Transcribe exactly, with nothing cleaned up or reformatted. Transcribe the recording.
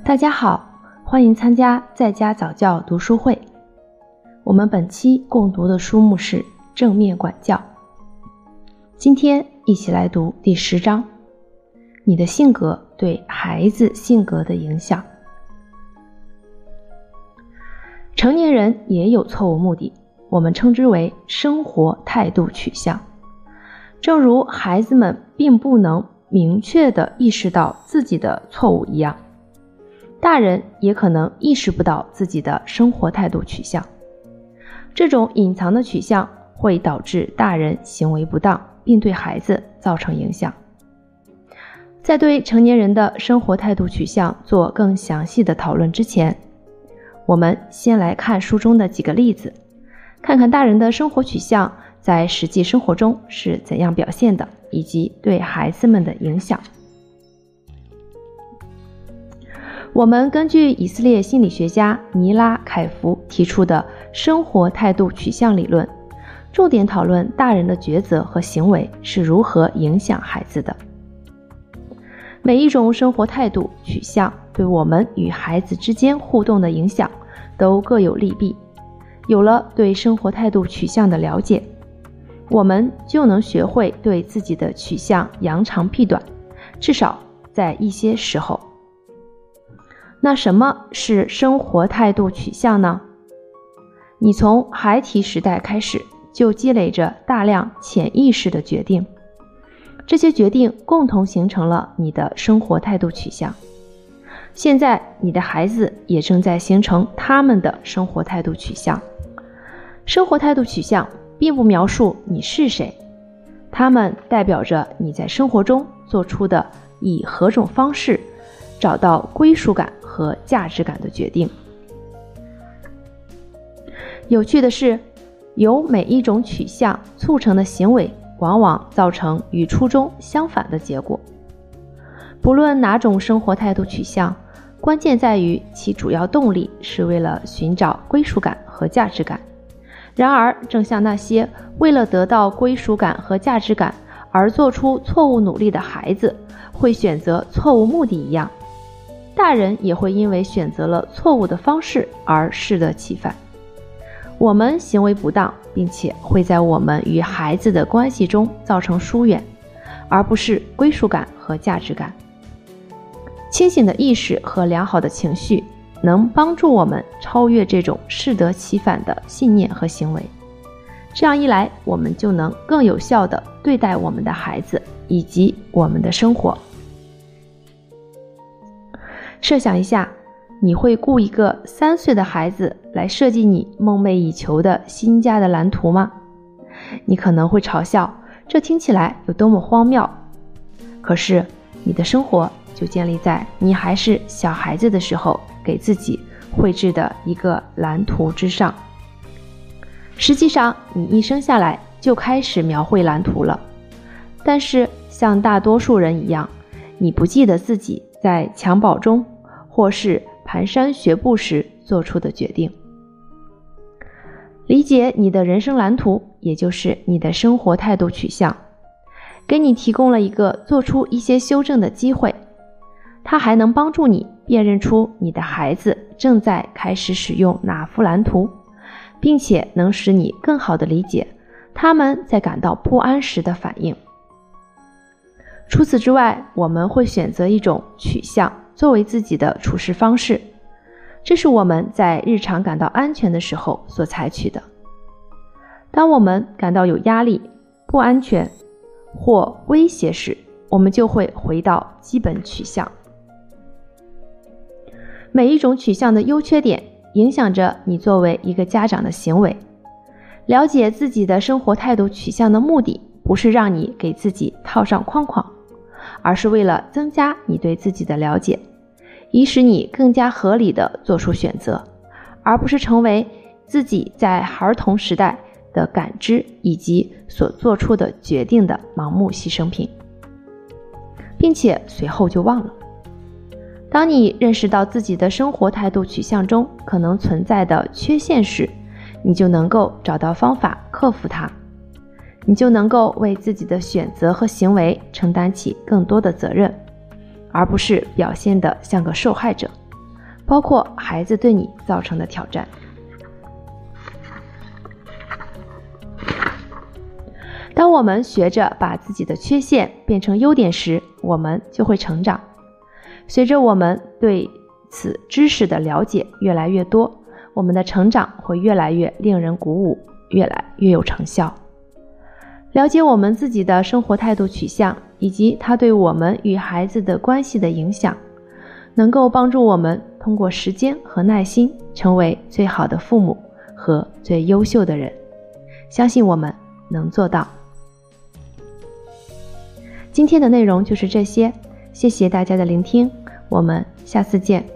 大家好，欢迎参加在家早教读书会。我们本期共读的书目是正面管教。今天一起来读第十章，你的性格对孩子性格的影响。成年人也有错误目的，我们称之为生活态度取向。正如孩子们并不能明确地意识到自己的错误一样，大人也可能意识不到自己的生活态度取向。这种隐藏的取向会导致大人行为不当，并对孩子造成影响。在对成年人的生活态度取向做更详细的讨论之前，我们先来看书中的几个例子，看看大人的生活取向在实际生活中是怎样表现的，以及对孩子们的影响。我们根据以色列心理学家尼拉·凯夫提出的生活态度取向理论，重点讨论大人的抉择和行为是如何影响孩子的。每一种生活态度取向对我们与孩子之间互动的影响都各有利弊。有了对生活态度取向的了解，我们就能学会对自己的取向扬长避短，至少在一些时候。那什么是生活态度取向呢？你从孩提时代开始就积累着大量潜意识的决定，这些决定共同形成了你的生活态度取向。现在你的孩子也正在形成他们的生活态度取向。生活态度取向并不描述你是谁，它们代表着你在生活中做出的以何种方式找到归属感和价值感的决定。有趣的是，由每一种取向促成的行为往往造成与初衷相反的结果。不论哪种生活态度取向，关键在于其主要动力是为了寻找归属感和价值感。然而，正像那些为了得到归属感和价值感而做出错误努力的孩子会选择错误目的一样，大人也会因为选择了错误的方式而适得其反。我们行为不当，并且会在我们与孩子的关系中造成疏远，而不是归属感和价值感。清醒的意识和良好的情绪能帮助我们超越这种适得其反的信念和行为。这样一来，我们就能更有效地对待我们的孩子以及我们的生活。设想一下，你会雇一个三岁的孩子来设计你梦寐以求的新家的蓝图吗？你可能会嘲笑，这听起来有多么荒谬。可是，你的生活就建立在你还是小孩子的时候给自己绘制的一个蓝图之上。实际上，你一生下来就开始描绘蓝图了，但是像大多数人一样，你不记得自己在襁褓中或是蹒跚学步时做出的决定。理解你的人生蓝图，也就是你的生活态度取向，给你提供了一个做出一些修正的机会。它还能帮助你辨认出你的孩子正在开始使用哪幅蓝图，并且能使你更好地理解他们在感到不安时的反应。除此之外，我们会选择一种取向作为自己的处事方式，这是我们在日常感到安全的时候所采取的。当我们感到有压力、不安全或威胁时，我们就会回到基本取向。每一种取向的优缺点影响着你作为一个家长的行为。了解自己的生活态度取向的目的，不是让你给自己套上框框，而是为了增加你对自己的了解，以使你更加合理地做出选择，而不是成为自己在儿童时代的感知以及所做出的决定的盲目牺牲品，并且随后就忘了。当你认识到自己的生活态度取向中可能存在的缺陷时，你就能够找到方法克服它，你就能够为自己的选择和行为承担起更多的责任，而不是表现得像个受害者。 包括孩子对你造成的挑战。当我们学着把自己的缺陷变成优点时，我们就会成长。随着我们对此知识的了解越来越多，我们的成长会越来越令人鼓舞，越来越有成效。了解我们自己的生活态度取向，以及它对我们与孩子的关系的影响，能够帮助我们通过时间和耐心，成为最好的父母和最优秀的人。相信我们能做到。今天的内容就是这些，谢谢大家的聆听，我们下次见。